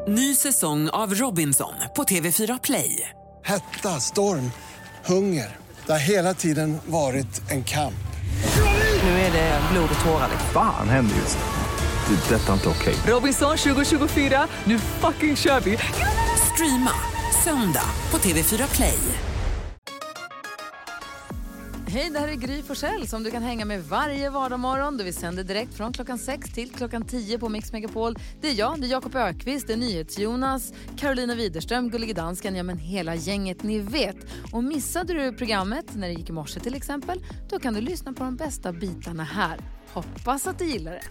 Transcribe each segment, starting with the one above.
Ny säsong av Robinson på TV4 Play. Hetta, storm, hunger. Det har hela tiden varit en kamp. Nu är det blod och tårar. Fan händer just nu. Det. Detta är inte okej. Robinson 2024, nu fucking kör vi. Streama söndag på TV4 Play. Hej, det här är Gry Forssell som du kan hänga med varje vardagsmorgon. Vi sänder direkt från klockan 6 till klockan 10 på Mix Megapol. Det är jag, det är Jakob Ökvist, det är NyhetsJonas, Carolina Widerström, Gullige Dansken, ja men hela gänget ni vet. Och missade du programmet när det gick i morse till exempel, då kan du lyssna på de bästa bitarna här. Hoppas att du gillar det.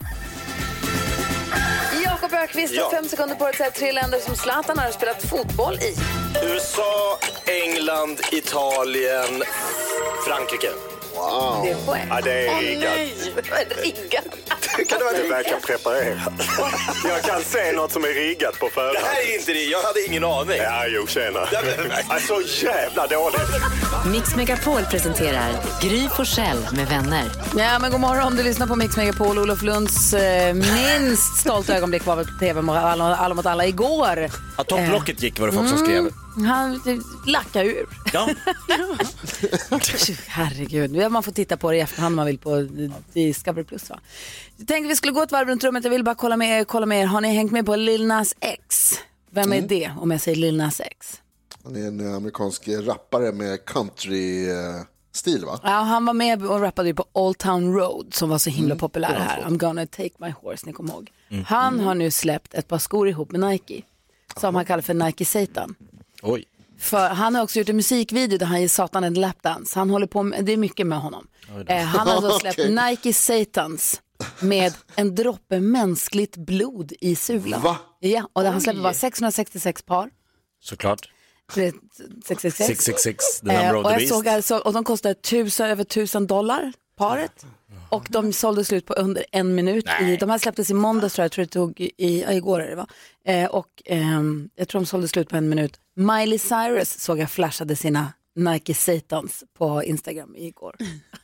Jakob Ökvist, 5 sekunder på att säga 3 länder som Zlatan har spelat fotboll i. USA, England, Italien, Frankrike. Wow. Det är poäng. Ja, det är riggat. Riggat. Kan det vara det verkar preparerat? Jag kan se något som är riggat på förhand. Det här är inte det, jag hade ingen aning. Ja, jo, tjena. Så jävla dåligt. Mix Megapol presenterar Gry Forssell med vänner. Ja, men god morgon, du lyssnar på Mix Megapol. Olof Lunds minst stolta ögonblick var väl på tv alla mot alla igår. Ja, topplocket gick var det folk som skrev. Han lackade ur. Ja. Herregud, man får titta på det i efterhand om man vill på Discovery Plus, va? Jag tänkte vi skulle gå ett varv runt rummet. Jag vill bara kolla med er. Har ni hängt med på Lil Nas X? Vem är det om jag säger Lil Nas X? Han är en amerikansk rappare med country-stil, va? Ja, han var med och rappade ju på Old Town Road som var så himla populär här. I'm gonna take my horse, ni kommer ihåg. Han har nu släppt ett par skor ihop med Nike som han kallar för Nike Satan. Oj. För han har också gjort en musikvideo där han ger Satan en lapdance. Han håller på med, det är mycket med honom. Han har då släppt Nike Satans med en droppe mänskligt blod i sulan. Va? Ja, och han släpper bara 666 par. Såklart. 666. The number of och the jag beast. såg alltså, och de kostar över $1,000 paret. Och de sålde slut på under 1 minut. De här släpptes i måndags, tror jag det tog igår är det, va? Jag tror de sålde slut på 1 minut. Miley Cyrus såg jag flashade sina Nike Satans på Instagram igår.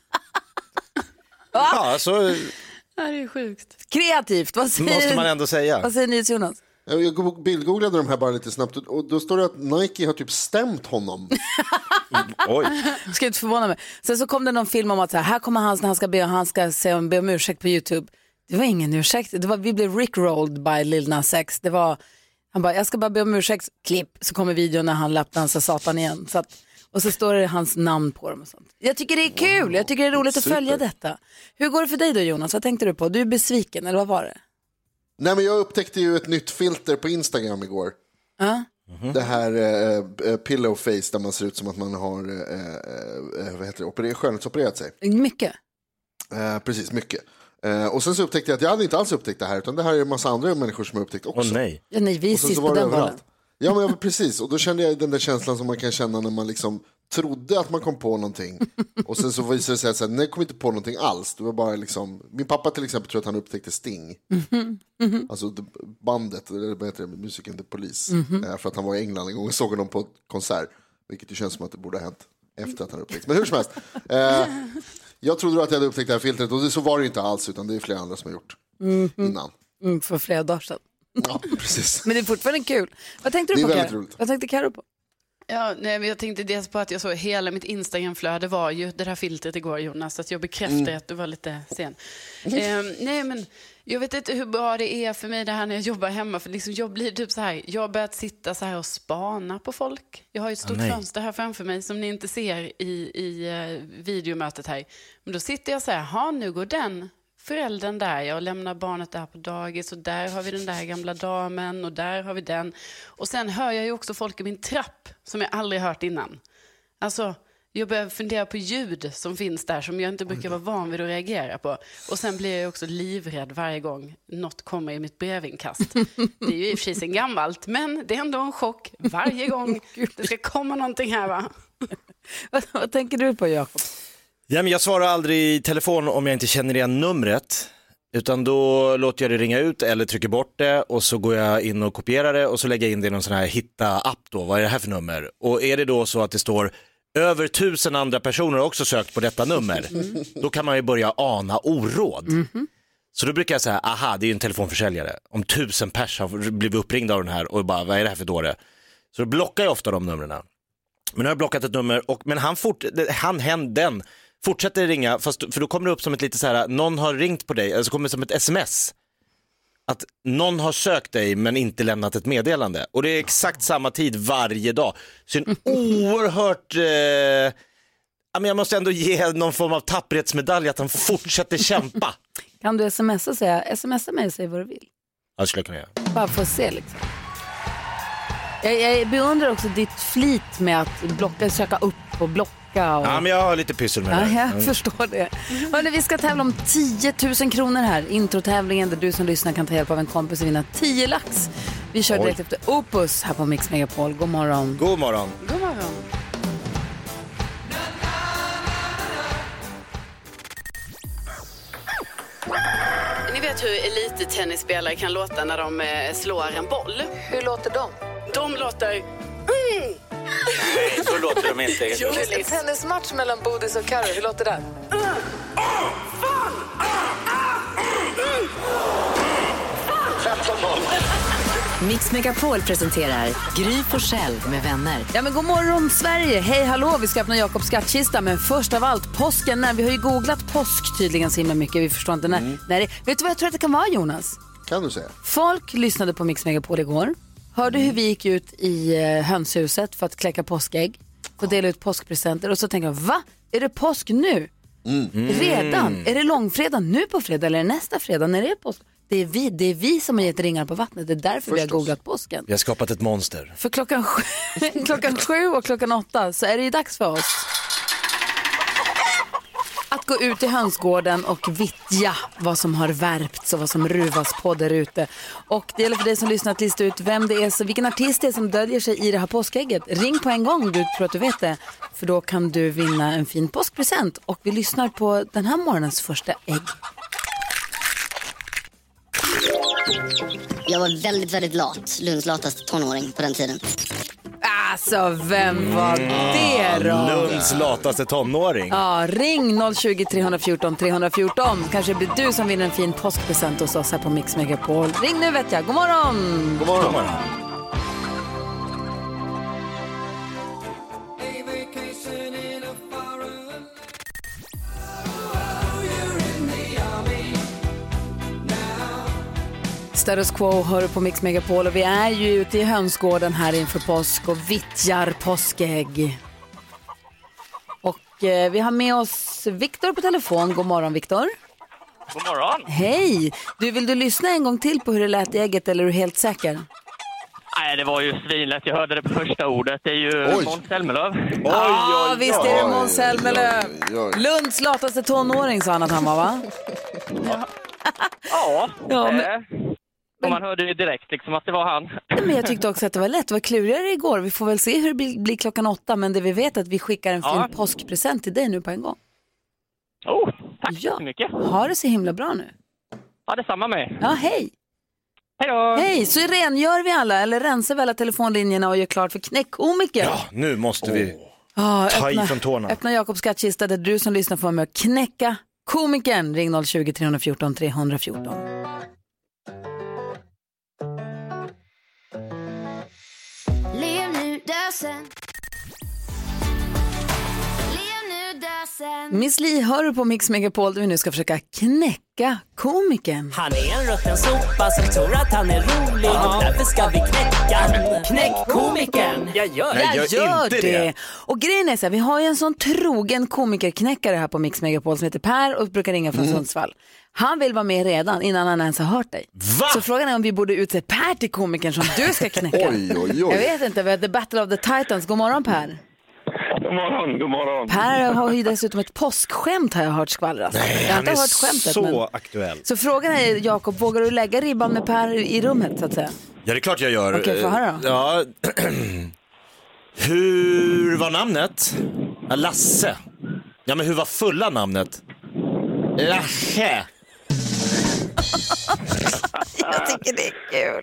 Ja, så Det här är sjukt. Kreativt, måste man ändå säga. Vad säger ni, Jonas? Jag bildgooglade de här bara lite snabbt och då står det att Nike har typ stämt honom. Oj. Ska inte förvåna mig. Sen så kom det någon film om att så här kommer han när han ska be om ursäkt på YouTube. Det var ingen ursäkt. Vi blev rickrolled by Lil Nas X. Han bara, jag ska bara be om ursäkt. Klipp, så kommer videon när han lapdansar Satan igen. Och så står det hans namn på dem och sånt. Jag tycker det är kul. Jag tycker det är roligt att följa detta. Hur går det för dig då, Jonas? Vad tänkte du på? Du är besviken, eller vad var det? Nej, men jag upptäckte ju ett nytt filter på Instagram igår. Det här pillow face där man ser ut som att man har skönhetsopererat sig. Mycket. Precis, mycket. Och sen så upptäckte jag att jag hade inte alls upptäckt det här, utan det här är en massa andra människor som har upptäckt också. Nej. Ja, nej, vi är sist på den bollen. Ja, men precis. Och då kände jag den där känslan som man kan känna när man liksom trodde att man kom på någonting. Och sen så visade det sig att så här, nej, jag kom inte på någonting alls. Det var bara liksom, min pappa till exempel tror att han upptäckte Sting. Alltså bandet, eller vad heter det, musiken The Police. För att han var i England en gång och såg honom på konsert. Vilket ju känns som att det borde ha hänt efter att han upptäckte. Men hur som helst. Jag trodde att jag hade upptäckt det här filtret. Och så var det inte alls, utan det är flera andra som har gjort innan. För flera dagar sedan. Ja, precis. Men det är fortfarande kul. Vad tänkte du på, Karo? Vad tänkte Karo på? Ja, nej, men jag tänkte dels på att jag såg hela mitt Instagramflöde var ju det här filtret igår, Jonas, så att jag bekräftar att du var lite sen. Nej, men jag vet inte hur bra det är för mig det här när jag jobbar hemma, för liksom jag blir typ så här, jag har börjat sitta så här och spana på folk. Jag har ju ett stort fönster här framför mig som ni inte ser i videomötet här. Men då sitter jag så här, nu går den föräldern där, jag lämnar barnet där på dagis och där har vi den där gamla damen och där har vi den. Och sen hör jag ju också folk i min trapp som jag aldrig hört innan. Alltså, jag börjar fundera på ljud som finns där som jag inte brukar vara van vid att reagera på. Och sen blir jag också livrädd varje gång något kommer i mitt brevinkast. Det är ju i och för sig sen gammalt, men det är ändå en chock varje gång det ska komma någonting här, va? Vad tänker du på, Jakob? Ja, men jag svarar aldrig i telefon om jag inte känner igen numret. Utan då låter jag det ringa ut eller trycker bort det och så går jag in och kopierar det och så lägger jag in det i någon sån här hitta-app då. Vad är det här för nummer? Och är det då så att det står över 1000 andra personer har också sökt på detta nummer, då kan man ju börja ana oråd. Så då brukar jag säga, aha, det är ju en telefonförsäljare. Om 1000 pers har blivit uppringda av den här och bara, vad är det här för dåre? Så då blockar jag ofta de numren. Men nu har jag blockat ett nummer, men den fortsätter ringa, för då kommer det upp som ett lite så här, någon har ringt på dig, eller så kommer det som ett sms. Att någon har sökt dig men inte lämnat ett meddelande. Och det är exakt samma tid varje dag. Så en oerhört... men jag måste ändå ge någon form av tapperhetsmedalj att han fortsätter kämpa. Kan du smsa mig och säga vad du vill? Ja, det skulle jag kunna göra. Bara för att se liksom. Jag beundrar också ditt flit med att söka upp och blocka. Ja, men jag har lite pyssel med det. Ja, jag förstår det. Hörrni, vi ska tävla om 10 000 kronor här. Introtävlingen där du som lyssnar kan ta hjälp av en kompis och vinna 10 lax. Vi kör direkt efter Opus här på Mix Megapol. God morgon. God morgon. God morgon. Ni vet hur elittennisspelare kan låta när de slår en boll? Hur låter de? De låter... Nej, så låter de inte. En tennismatch mellan Bodis och Karo, hur låter det? Mix Megapol presenterar Gry Forssell med vänner. Ja, men god morgon Sverige. Hej, hallå, vi ska öppna Jakobs skattkista. Men först av allt, påsken. Vi har ju googlat påsk tydligen så himla mycket. Vi förstår inte när vet du vad jag tror att det kan vara, Jonas? Kan du säga? Folk lyssnade på Mix Megapol igår. Hörde hur vi gick ut i hönshuset för att kläcka påskägg. För att dela ut påskpresenter. Och så tänker jag, va? Är det påsk nu? Redan? Är det långfredag nu på fredag? Eller nästa fredag? När det är påsk? Det är vi som har gett ringar på vattnet. Det är därför vi har googlat påsken. Vi har skapat ett monster. För klockan 7 och klockan 8 så är det ju dags för oss att gå ut i hönsgården och vittja vad som har värpts och vad som ruvas på där ute. Och det gäller för dig som lyssnar att lista ut vem det är, vilken artist det är som döljer sig i det här påskägget. Ring på en gång om du tror att du vet det. För då kan du vinna en fin påskpresent. Och vi lyssnar på den här morgonens första ägg. Jag var väldigt, väldigt lat. Lunds lataste tonåring på den tiden. Alltså, vem var det då? Lunds lataste tonåring. Ja, ring 020 314 314. Kanske blir du som vinner en fin påskpresent hos oss här på Mix Megapol. Ring nu vet jag. God morgon! God morgon. God morgon. Status Quo hör på Mix Megapol och vi är ju ute i hönsgården här inför påsk och vittjar påskägg. Och vi har med oss Viktor på telefon. God morgon, Viktor. God morgon. Hej! Vill du lyssna en gång till på hur det lät i ägget eller är du helt säker? Nej, det var ju svinlätt. Jag hörde det på första ordet. Det är ju Måns Zelmerlöw. Ja, visst är det Måns Zelmerlöw. Lunds lataste tonåring sa han att han var, va? Ja, och man hörde ju direkt liksom att det var han. Men jag tyckte också att det var lätt. Det var klurigare igår. Vi får väl se hur det blir klockan 8. Men det vi vet är att vi skickar en fin påskpresent till dig nu på en gång. Tack så mycket. Ha det så himla bra nu. Ja, detsamma med. Ja, hej. Hej då. Hej, så rengör vi alla eller rensar vi alla telefonlinjerna och gör klart för knäckkomiker. Ja, nu måste vi ta i från tårna. Öppna Jakobs skattkista där du som lyssnar får med att knäcka komikern. Ring 020 314 314. Miss Li hör du på Mix Megapol där vi nu ska försöka knäcka komikern. Han är en rutten sopa som tror att han är rolig och därför ska vi knäcka. Knäck komikern. Jag gör det. Och grejen är så här, vi har ju en sån trogen komikerknäckare här på Mix Megapol som heter Per och brukar ringa från Sundsvall. Han vill vara med redan innan han ens har hört dig. Va? Så frågan är om vi borde utse Per till komikern som du ska knäcka. Oj. Jag vet inte, vi har The Battle of the Titans. God morgon, Per. God morgon. Per har ju dessutom ett påskskämt har jag hört skvallras. Nej, jag har inte han är hört skämtet, så men... aktuell. Så frågan är, Jakob, vågar du lägga ribban med Per i rummet så att säga? Ja, det är klart jag gör. Okej, få höra då. Ja. Hur var namnet? Ja, Lasse. Ja, men hur var fulla namnet? Lasse. Jag tycker det är kul.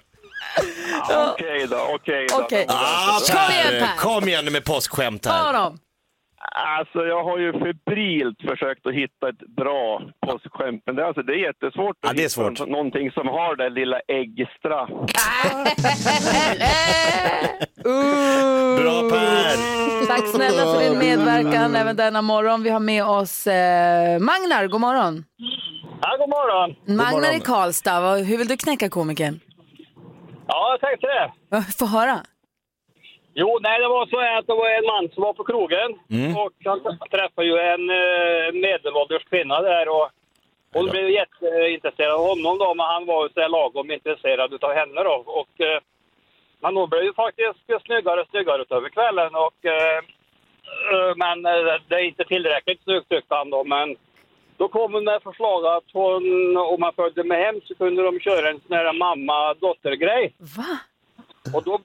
Okej då. Kom igen, Per. Kom igen nu med påskskämt här. Ta dem. Alltså jag har ju febrilt försökt att hitta ett bra påskskämt. Men det är jättesvårt att hitta någonting som har det lilla extra. Bra Per! Tack snälla för din medverkan även denna morgon. Vi har med oss Magnar, god morgon. Ja, god morgon. Magnar i Karlstad, hur vill du knäcka komikern? Ja, jag tänkte det. Få höra. Jo, nej, det var så att det var en man som var på krogen och han träffade ju en medelålders kvinna där och hon blev jätteintresserad av honom då, men han var ju så lagom intresserad av henne då och han blev ju faktiskt snyggare och snyggare utöver kvällen och men det är inte tillräckligt snyggt tyckte han då, men då kom hon med förslag att om man följde med hem så kunde de köra en sån här mamma-dotter-grej. Va? Och då,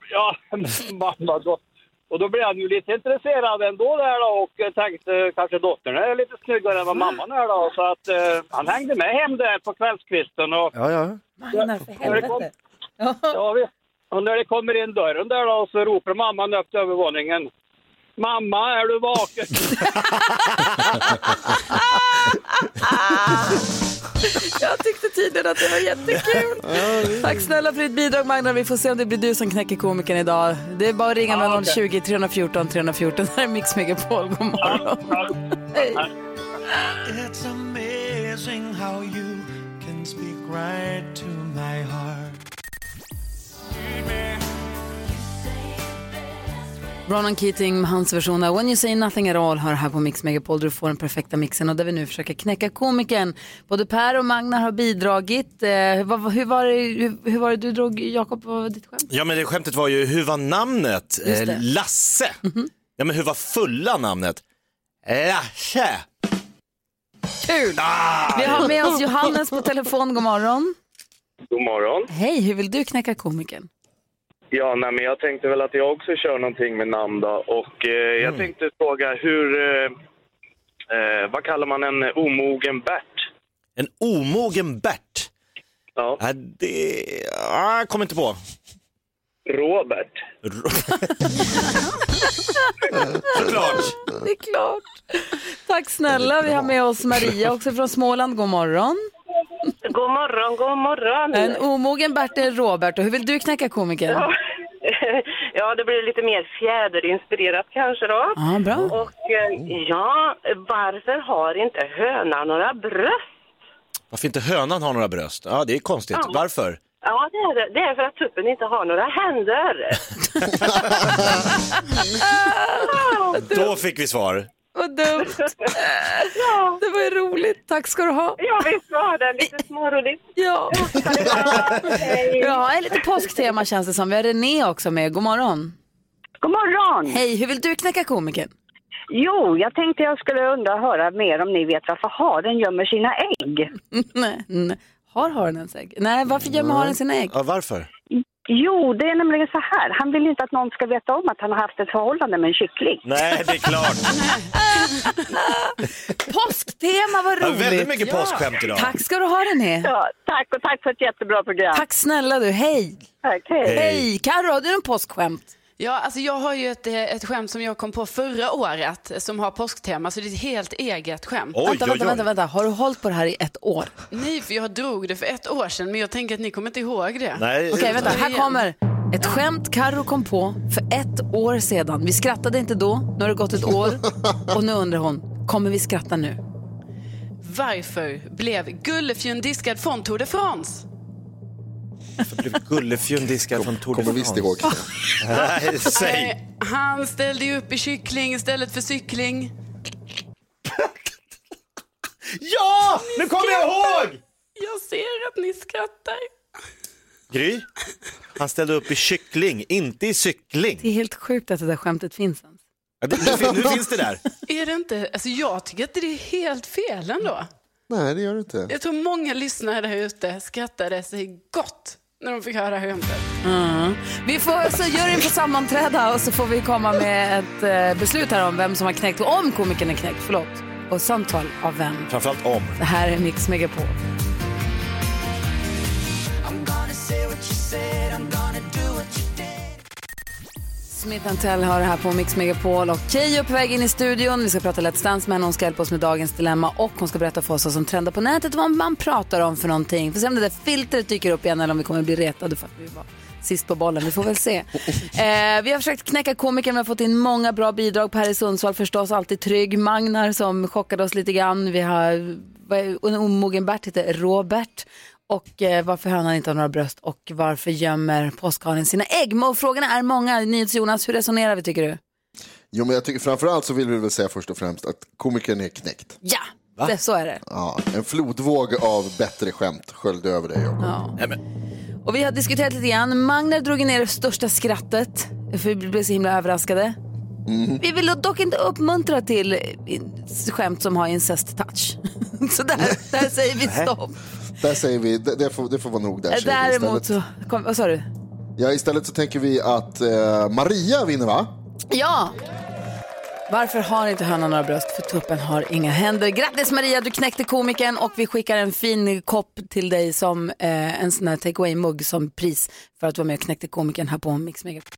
och då blev han ju lite intresserad ändå där då och tänkte kanske dottern är lite snyggare än vad mamman är då. Så att han hängde med hem där på kvällskvisten. Och, Magnar, för helvete. Och när det kommer in dörren där då så ropar mamman upp till övervåningen. Mamma, är du vaken? Jag tyckte tydligen att det var jättekul. Tack snälla för ditt bidrag Magnar. Vi får se om det blir du som knäcker komikern idag. Det är bara att ringa med 020 314 314. Det här är Mix Megapol. God morgon. Hej. It's amazing how you can speak right to my heart. Ronan Keating med hans version av When You Say Nothing At All hör här på Mix Megapol. Du får den perfekta mixen och där vi nu försöker knäcka komikern. Både Per och Magnar har bidragit. Hur var det du drog, Jakob, på ditt skämt? Ja, men det skämtet var ju, hur var namnet? Lasse. Ja, men hur var fulla namnet? Lasse. Kul! Vi har med oss Johannes på telefon. God morgon. God morgon. Hej, hur vill du knäcka komikern? Ja, nej, men jag tänkte väl att jag också kör någonting med namn då. Och jag tänkte fråga vad kallar man en omogen Bert? En omogen Bert? Ja. Jag kommer inte på. Robert. Såklart. Det är klart. Tack snälla. Vi har med oss Maria också från Småland. God morgon. God morgon, god morgon. En omogen Bert är Robert. Och hur vill du knäcka komikern? Ja, det blir lite mer fjäderinspirerat kanske då. Ja, bra. Och varför har inte hönan några bröst? Varför inte hönan har några bröst? Ja, det är konstigt. Ja. Varför? Ja, det är för att tuppen inte har några händer. Då fick vi svar. Vad dumt. Ja. Det var ju roligt. Tack ska du ha. Ja, visst var det. Lite småroligt. Ja. Ja, lite påsktema känns det som. Vi har René också med. God morgon. God morgon. Hej, hur vill du knäcka komikern? Jo, jag tänkte jag skulle höra mer om ni vet varför haren gömmer sina ägg. Nej. Har haren ens ägg? Nej, varför gömmer haren sina ägg? Ja, varför? Jo, det är nämligen så här. Han vill inte att någon ska veta om att han har haft ett förhållande med en kyckling. Nej, det är klart. Påsktema, vad roligt. Ja, väldigt mycket påskskämt idag. Tack ska du ha, René. Ja, tack och tack för ett jättebra program. Tack snälla du, hej. Tack, hej. Hej, Karo, har du en påskskämt? Ja, alltså jag har ju ett skämt som jag kom på förra året som har påsktema, så det är ett helt eget skämt. Vänta. Har du hållit på det här i ett år? Nej, för jag drog det för ett år sedan, men jag tänker att ni kommer inte ihåg det. Okej, vänta, här kommer ett skämt Karo kom på för ett år sedan. Vi skrattade inte då, nu har det gått ett år och nu undrar hon, kommer vi skratta nu? Varför blev Gullefjun diskad från Tour de France? Varför blev Gullefjun diskad från Tour de France? Kommer visst ihåg. Nej, säg. Han ställde ju upp i kyckling istället för cykling. Ja, nu kommer jag ihåg! Jag ser att ni skrattar. Gry, han ställde upp i kyckling, inte i cykling. Det är helt sjukt att det där skämtet finns ens. Ja, nu finns det där. Är det inte? Alltså jag tycker att det är helt fel ändå. Nej, det gör det inte. Jag tror många lyssnare där ute skrattade sig gott när de fick höra skämtet. Vi får så gör in på sammanträda och så får vi komma med ett beslut här om vem som har knäckt, om komikern är knäckt, och samtal av vem. Framförallt om. Det här är Mix Megapol. Smith & Tell har det här på Mix Megapol och Keyyo på väg in i studion. Vi ska prata Let's Dance med henne. Hon ska hjälpa oss med dagens dilemma och hon ska berätta för oss vad som trendar på nätet, vad man pratar om för någonting. Får se om det där filtret dyker upp igen eller om vi kommer bli retade för att vi var sist på bollen. Vi får väl se. Vi har försökt knäcka komikern. Vi har fått in många bra bidrag på här i Sundsvall. Förstås alltid Trygg. Magnar som chockade oss lite grann. Vi har en omogen Bert heter Robert. Och varför hönan inte har några bröst och varför gömmer påskharen sina ägg? Och frågorna är många. Jonas, hur resonerar vi tycker du? Jo, men jag tycker framförallt så vill vi väl säga först och främst att komikern är knäckt. Ja, så är det. Ja, en flodvåg av bättre skämt sköljde över dig. Ja. Och vi har diskuterat lite grann. Magner drog ner det största skrattet för vi blev så himla överraskade. Vi vill dock inte uppmuntra till skämt som har incest-touch. Så där säger vi stopp. Där säger vi, det får vara nog där. Däremot så, vad sa du? Ja, istället så tänker vi att Maria vinner, va? Ja! Varför har inte hönan några bröst? För tuppen har inga händer. Grattis Maria, du knäckte komikern och vi skickar en fin kopp till dig som en sån här takeaway-mugg som pris för att du var med och knäckte komikern här på Mix Megapol.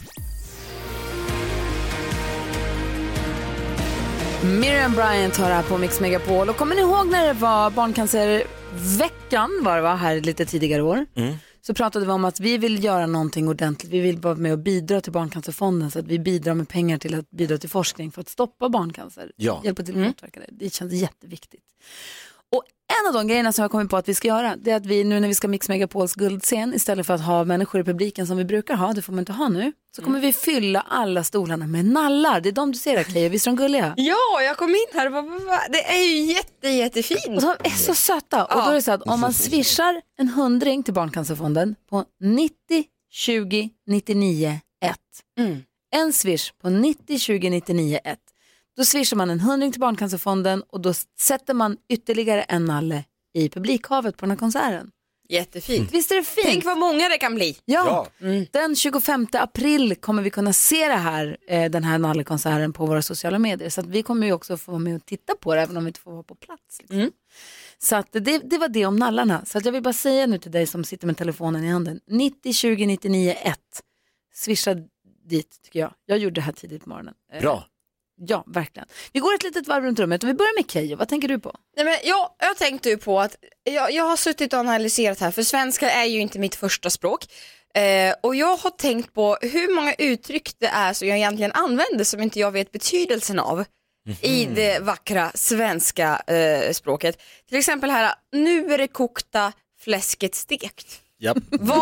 Miriam Bryant har här på Mix Megapol. Och kommer ni ihåg när det var barncancerveckan var det här lite tidigare år? Så pratade vi om att vi vill göra någonting ordentligt. Vi vill vara med och bidra till Barncancerfonden så att vi bidrar med pengar till att bidra till forskning för att stoppa barncancer. Ja. Hjälpa till att motverka det. Det känns jätteviktigt. Och en av de grejerna som jag kommit på att vi ska göra, det är att vi nu när vi ska Mix Megapols guldscen, istället för att ha människor i publiken som vi brukar ha, det får man inte ha nu, så kommer vi fylla alla stolarna med nallar. Det är de du ser här, Keyyo. Visst är de gulliga? Ja, jag kom in här och det är ju jättefint. Och de är så söta. Och då är det så att om man swishar en 100 till Barncancerfonden på 90 20 99 1. En swish på 90 20 99 1. Då swishar man en 100 till Barncancerfonden och då sätter man ytterligare en nalle i publikhavet på den här konserten. Jättefint. Visst är det fint? Tänk vad många det kan bli. Ja. Den 25 april kommer vi kunna se det här, den här nallekonserten på våra sociala medier. Så att vi kommer ju också få vara med och titta på det även om vi inte får vara på plats. Liksom. Så att det var det om nallarna. Så att jag vill bara säga nu till dig som sitter med telefonen i handen. 90 20 99 1. Swisha dit tycker jag. Jag gjorde det här tidigt på morgonen. Bra. Ja, verkligen. Vi går ett litet varv runt rummet och vi börjar med Keyyo. Vad tänker du på? Nej, men jag tänkte ju på att jag har suttit och analyserat här, för svenska är ju inte mitt första språk. Och jag har tänkt på hur många uttryck det är som jag egentligen använder som inte jag vet betydelsen av i det vackra svenska språket. Till exempel här, nu är det kokta fläsket stekt. Yep.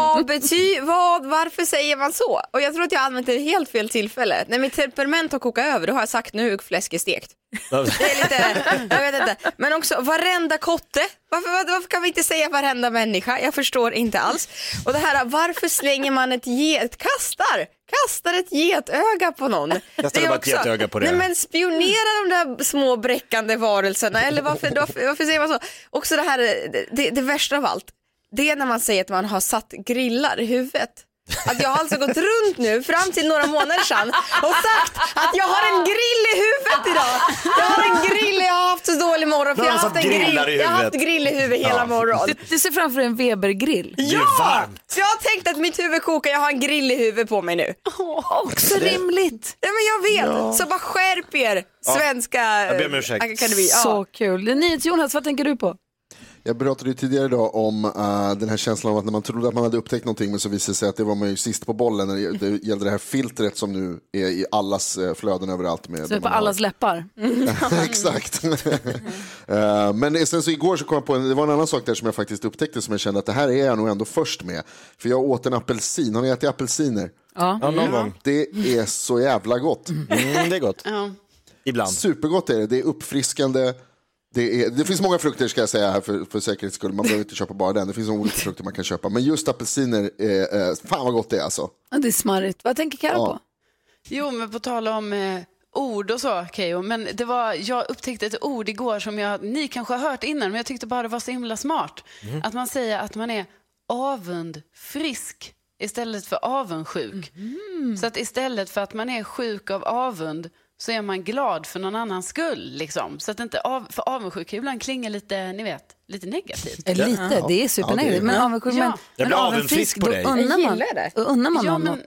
Varför säger man så? Och jag tror att jag använt det helt fel tillfälle. När mitt temperament har kokat över, då har jag sagt nu är fläsket stekt. Det är lite, jag vet inte. Men också varenda kotte. Varför kan vi inte säga varenda människa? Jag förstår inte alls. Och det här, varför slänger man kastar ett getöga på någon? Kastar bara ett getöga på det. Nej, men spionera de där små bräckande varelserna. Eller varför säger man så? Också det här, det värsta av allt. Det är när man säger att man har satt grillar i huvudet. Att jag har alltså gått runt nu fram till några månader sedan och sagt att jag har en grill i huvudet idag. Jag har en grill, jag har haft så dålig morgon för jag har haft en grill. Jag har haft grill i huvudet hela morgonen. Du ser framför en Weber-grill. Ja! Så jag har tänkt att mitt huvud kokar, jag har en grill i huvudet på mig nu. Också rimligt. Ja, men jag vet. Ja. Så bara skärp er, svenska akademi. Så kul. NyhetsJonas, vad tänker du på? Jag pratade ju tidigare idag om den här känslan av att när man trodde att man hade upptäckt någonting, men så visade det sig att det var man ju sist på bollen när det gällde det här filtret som nu är i allas flöden överallt. Så är på allas läppar. Exakt. Men sen så igår så kom jag på, det var en annan sak där som jag faktiskt upptäckte som jag kände att det här är jag nog ändå först med. För jag åt en apelsin. Har ni ätit apelsiner? Ja, någon gång. Det är så jävla gott. Det är gott. Ja. Ibland. Supergott är det. Det är uppfriskande. Det finns många frukter ska jag säga här för säkerhets skull. Man behöver inte köpa bara den. Det finns olika frukter man kan köpa. Men just apelsiner, fan vad gott det är alltså. Ja, det är smarrigt. Vad tänker Karo på? Jo, men på tal om ord och så, Keyyo. Men jag upptäckte ett ord igår som ni kanske har hört innan. Men jag tyckte bara det var så himla smart. Att man säger att man är avundfrisk istället för avundsjuk. Så att istället för att man är sjuk av avund så är man glad för någon annans skull liksom. Så att inte för avundsjuka ibland klingar lite, ni vet, lite negativt. Lite, det är supernegativt. Men avundsjuk, jag blir avundsfrisk på dig. Unnar man något.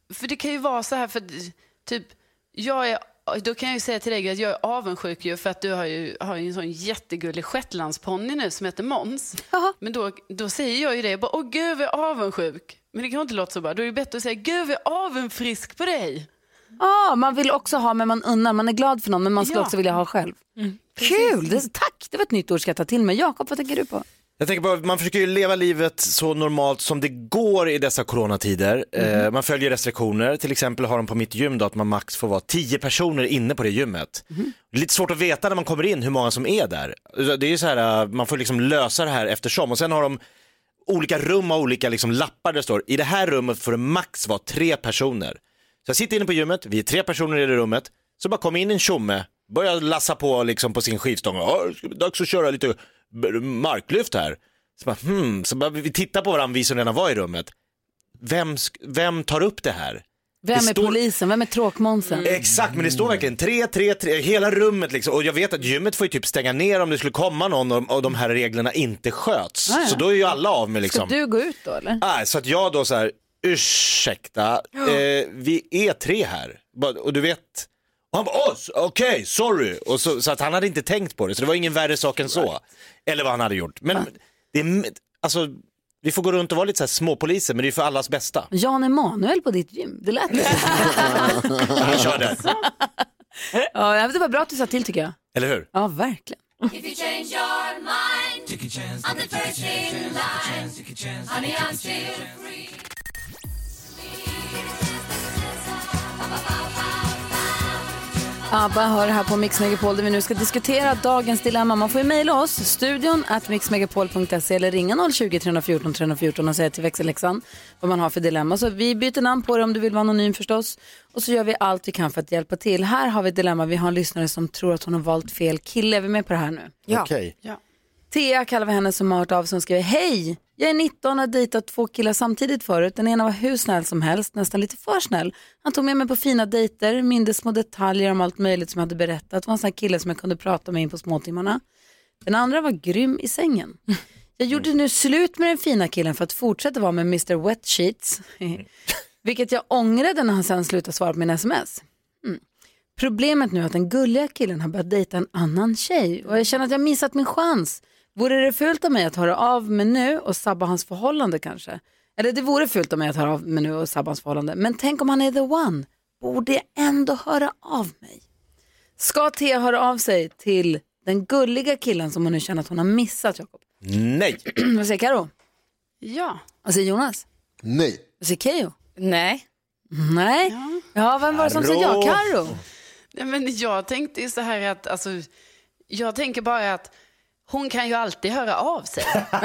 för det kan ju vara så här, för typ, då kan jag ju säga till dig att jag är avundsjuk ju för att du har ju en sån jättegullig shetlandsponny nu som heter Måns. Men då säger jag ju det, bara, åh gud, jag är avundsjuk. Men det kan inte låta så bra. Då är det bättre att säga, gud, jag är avundsjuk på dig. Man vill också ha, men man unnar, man är glad för någon, men man skulle också vilja ha själv. Kul, tack, det var ett nytt ord ska jag ta till mig. Jakob, vad tänker du på? Jag tänker på att man försöker ju leva livet så normalt som det går i dessa coronatider. Man följer restriktioner. Till exempel har de på mitt gym då att man max får vara 10 personer inne på det gymmet. Det är lite svårt att veta när man kommer in hur många som är där. Det är ju så här, man får liksom lösa det här eftersom. Och sen har de olika rum och olika liksom lappar där det står, i det här rummet får det max vara 3 personer. Så jag sitter inne på gymmet, vi är 3 personer i det rummet. Så bara kommer in en tjomme, börjar lassa på liksom på sin skivstång. Det är dags att köra lite marklyft här. Så bara, vi tittar på varandra, vi som redan var i rummet. Vem tar upp det här? Vem är polisen? Vem är tråkmånsen? Exakt, men det står verkligen 3, hela rummet liksom. Och jag vet att gymmet får ju typ stänga ner om det skulle komma någon och de här reglerna inte sköts. Så då är ju alla av med liksom. Ska du gå ut då eller? Nej, så att jag då så här, ursäkta, vi är 3 här. Och du vet, och han bara, okej, sorry. Och så att han hade inte tänkt på det, så det var ingen värre sak än så. Eller vad han hade gjort. Men det är, alltså, vi får gå runt och vara lite så här småpoliser, men det är för allas bästa. Jan Emanuel på ditt gym, det lät det. Han körde. Ja, det var bra att du sa till tycker jag. Eller hur? Ja, verkligen. If you change your mind, take a chance. I'm the first in line. Take a chance. Honey, I'm still free. ABBA hör här på Mix Megapol där vi nu ska diskutera dagens dilemma. Man får ju mejla oss, studion @mixmegapol.se eller ringa 020-314 314 och säga till växelläxan vad man har för dilemma. Så vi byter namn på det om du vill vara anonym förstås. Och så gör vi allt vi kan för att hjälpa till. Här har vi ett dilemma, vi har en lyssnare som tror att hon har valt fel kille. Är vi med på det här nu? Ja. Okej. Ja. Thea kallar vi henne som har hört av som skriver: hej, jag är 19 och har dejtat 2 killar samtidigt förut. Den ena var hur snäll som helst, nästan lite för snäll. Han tog med mig på fina dejter, mindre små detaljer om allt möjligt som jag hade berättat. Det var en sån här kille som jag kunde prata med in på småtimmarna. Den andra var grym i sängen. Jag gjorde nu slut med den fina killen för att fortsätta vara med Mr. Wet Sheets. Vilket jag ångrade när han sen slutade svara på min sms. Problemet nu är att den gulliga killen har börjat dejta en annan tjej. Och jag känner att jag missat min chans. Vore det fult av mig att höra av mig nu och sabba hans förhållande kanske? Eller det vore fult av mig att höra av mig nu och sabba hans förhållande. Men tänk om han är the one. Borde jag ändå höra av mig? Ska Thea höra av sig till den gulliga killen som hon nu känner att hon har missat, Jakob? Nej. Vad säger Karo? Ja. Vad säger Jonas? Nej. Vad säger Keyyo? Nej. Nej. Ja, vem var det som sa ja? Karo? Nej, men jag tänkte ju så här att, alltså, jag tänker bara att hon kan ju alltid höra av sig.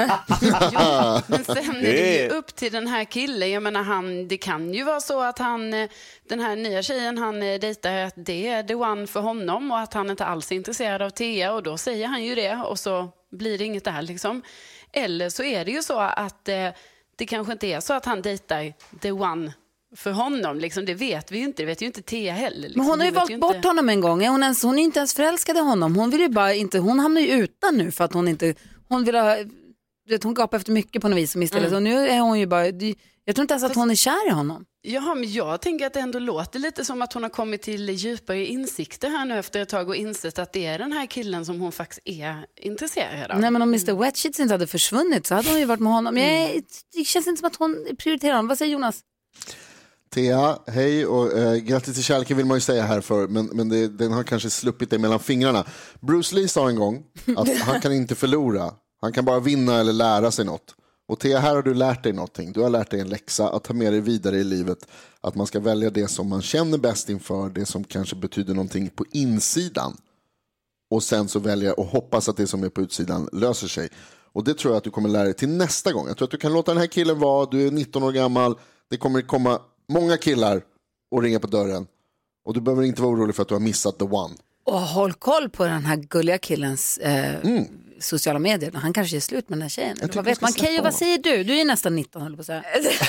Jo, men sen är det ju upp till den här killen. Jag menar, det kan ju vara så att den här nya tjejen han dejtar, att det är the one för honom och att han inte alls är intresserad av Thea, och då säger han ju det och så blir det inget där liksom. Eller så är det ju så att det kanske inte är så att han dejtar the one för honom, liksom. Det vet vi ju inte. Det vet ju inte Thea heller. Liksom. Men hon har ju valt bort honom en gång. Hon är inte ens förälskad i honom. Hon vill ju bara inte, hon hamnar ju utan nu för att hon inte, hon vill ha, hon gapar efter mycket på något vis som istället. Och nu är hon ju bara, jag tror inte ens att hon är kär i honom. Ja, men jag tänker att det ändå låter lite som att hon har kommit till djupare insikter här nu efter ett tag och insett att det är den här killen som hon faktiskt är intresserad av. Nej, men om Mr. Wet Sheets inte hade försvunnit så hade hon ju varit med honom. Det känns inte som att hon prioriterar honom. Vad säger Jonas? Thea, hej och grattis till kärleken vill man ju säga här för, men den har kanske sluppit dig mellan fingrarna. Bruce Lee sa en gång att han kan inte förlora, han kan bara vinna eller lära sig något. Och Thea, här har du lärt dig någonting. Du har lärt dig en läxa att ta med dig vidare i livet, att man ska välja det som man känner bäst inför, det som kanske betyder någonting på insidan. Och sen så välja och hoppas att det som är på utsidan löser sig. Och det tror jag att du kommer lära dig till nästa gång. Jag tror att du kan låta den här killen vara, du är 19 år gammal, det kommer komma många killar och ringa på dörren. Och du behöver inte vara orolig för att du har missat the one. Och håll koll på den här gulliga killens sociala medier. Han kanske är slut med den här tjejen. Vad vet man? Keyyo, vad säger du? Du är nästan 19, höll på att säga.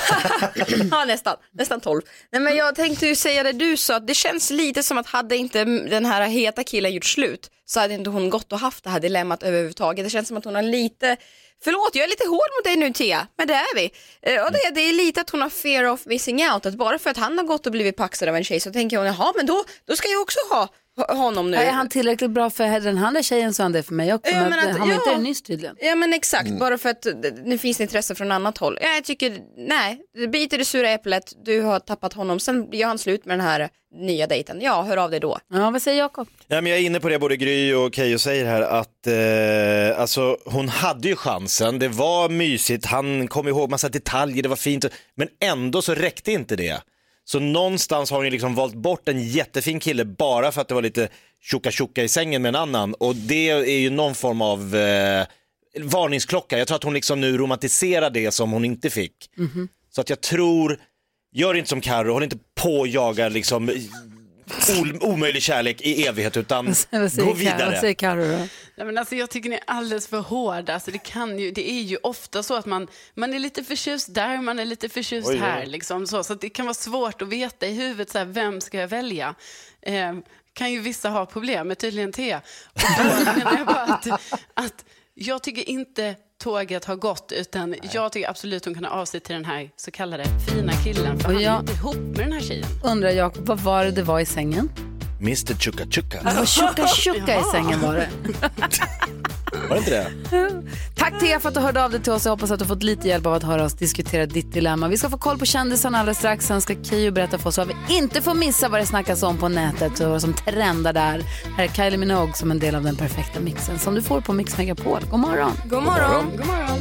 Ja, nästan 12. Nej, men jag tänkte ju säga det du sa. Det känns lite som att hade inte den här heta killen gjort slut så hade inte hon gått och haft det här dilemmat överhuvudtaget. Det känns som att hon har lite Förlåt, jag är lite hård mot dig nu, Tia, men det är vi. Och det är lite att hon har fear of missing out, att bara för att han har gått och blivit paxad av en tjej så tänker hon, jaha, men då ska jag också ha honom nu. Är han tillräckligt bra för den andra tjejen så är han det för mig också, men han var inte det nyss tydligen. Ja, men exakt, bara för att det finns intresse från annat håll. Jag tycker, nej, det biter det sura äpplet, du har tappat honom, sen gör han slut med den här nya dejten. Ja, hör av dig då. Ja, vad säger Jakob? Ja, men jag är inne på det, både Gry och Keyyo säger här att alltså, hon hade ju chansen, det var mysigt, han kom ihåg massa detaljer, det var fint, men ändå så räckte inte det. Så någonstans har hon liksom valt bort en jättefin kille bara för att det var lite tjocka i sängen med en annan, och det är ju någon form av varningsklocka. Jag tror att hon liksom nu romantiserar det som hon inte fick. Så att jag tror, gör inte som Karo, håll inte på och jagar liksom omöjlig kärlek i evighet, utan gå vidare. Vad säger Karo då? Nej, men alltså, jag tycker ni är alldeles för hårda. Alltså, det är ju ofta så att man är lite förtjust där, man är lite förtjust här. Liksom, så att det kan vara svårt att veta i huvudet så här, vem ska jag välja? Kan ju vissa ha problem med, tydligen Thea. Och då menar jag bara att jag tycker inte tåget har gått, utan jag tycker absolut hon kan ha av sig till den här så kallade fina killen, för han är inte ihop med den här tjejen. Undrar Jakob, vad var det var i sängen? Mr. Chuka Chuka. Det var tjucka i sängen var det. Var det inte det? Tack Thea för att du hörde av dig till oss. Jag hoppas att du fått lite hjälp av att höra oss diskutera ditt dilemma. Vi ska få koll på kändisarna alldeles strax. Sen ska Keyyo berätta för oss så vi inte får missa vad det snackas om på nätet och vad som trendar där. Här är Kylie Minogue som en del av den perfekta mixen som du får på Mix Megapol. God morgon. God morgon. God morgon.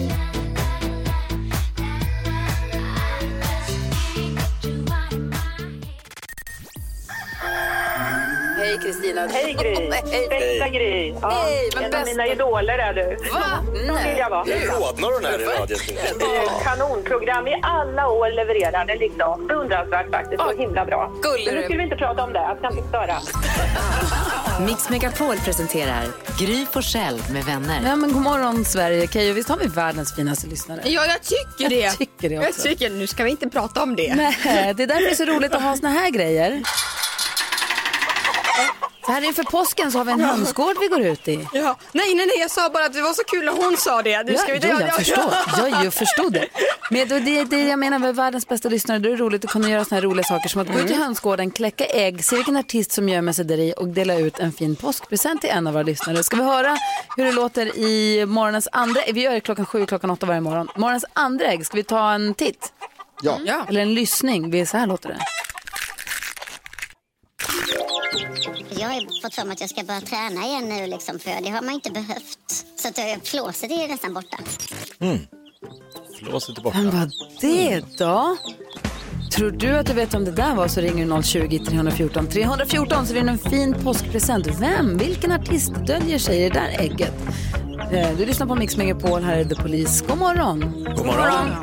Hej Kristina. Hej Gry. Bästa Gry. Ja, hej, en av mina idoler är du. Va? Så vill jag vara. Jag rodnar den här i radion. Kanonprogram i alla år levererade liksom. Beundransvärt faktiskt. Så himla bra. Men nu ska vi inte prata om det. Jag ska inte störa. Mix Megapol presenterar Gry Forssell med vänner. Ja, men god morgon Sverige. Keyyo, visst har vi världens finaste lyssnare? Ja, jag tycker det. Jag tycker det också. Jag tycker, nu ska vi inte prata om det. Nej, det är därför det är så roligt att ha såna här grejer. Så här inför påsken så har vi en hönsgård vi går ut i. Ja. Nej, jag sa bara att det var så kul när hon sa det. Nu ska jag förstod det. Men det jag menar med världens bästa lyssnare, det är roligt att kunna göra såna här roliga saker som att gå ut i hönsgården, kläcka ägg, se vilken artist som gömmer sig där i och dela ut en fin påskpresent till en av våra lyssnare. Ska vi höra hur det låter i morgonens andra, vi gör det 7:00, 8:00 varje morgon. Morgonens andra ägg, ska vi ta en titt? Ja. Eller en lyssning, så här låter det. Jag har fått för mig att jag ska börja träna igen nu liksom, för det har man inte behövt. Så att flåset är nästan borta. Flåset är borta. Men vad det då? Tror du att du vet om det där var, så ringer du 020-314 314 så vinner en fin påskpresent. Vilken artist döljer sig i det där ägget? Du lyssnar på Mix Megapol, här är The Police. God morgon. God morgon.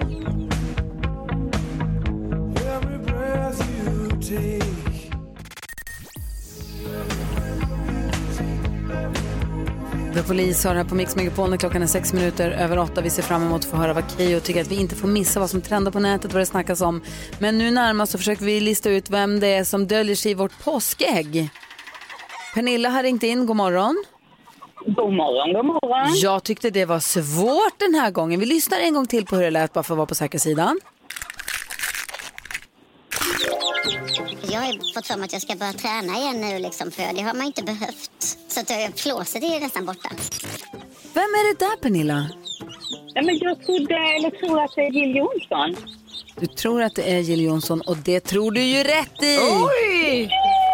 The Police har här på Mix Megapol när klockan är 8:06. Vi ser fram emot att få höra vad Keyyo tycker, att vi inte får missa vad som trendar på nätet, vad det snackas om. Men nu närmast så försöker vi lista ut vem det är som döljer sig i vårt påskägg. Pernilla har ringt in, god morgon. God morgon. Jag tyckte det var svårt den här gången. Vi lyssnar en gång till på hur det lät bara för att vara på säkra sidan. Jag har fått för mig att jag ska börja träna igen nu liksom, för det har man inte behövt. Så att flåset är nästan borta. Vem är det där, Pernilla? Ja, men jag tror att det är Jill Johnson. Du tror att det är Jill Johnson, och det tror du ju rätt i. Oj!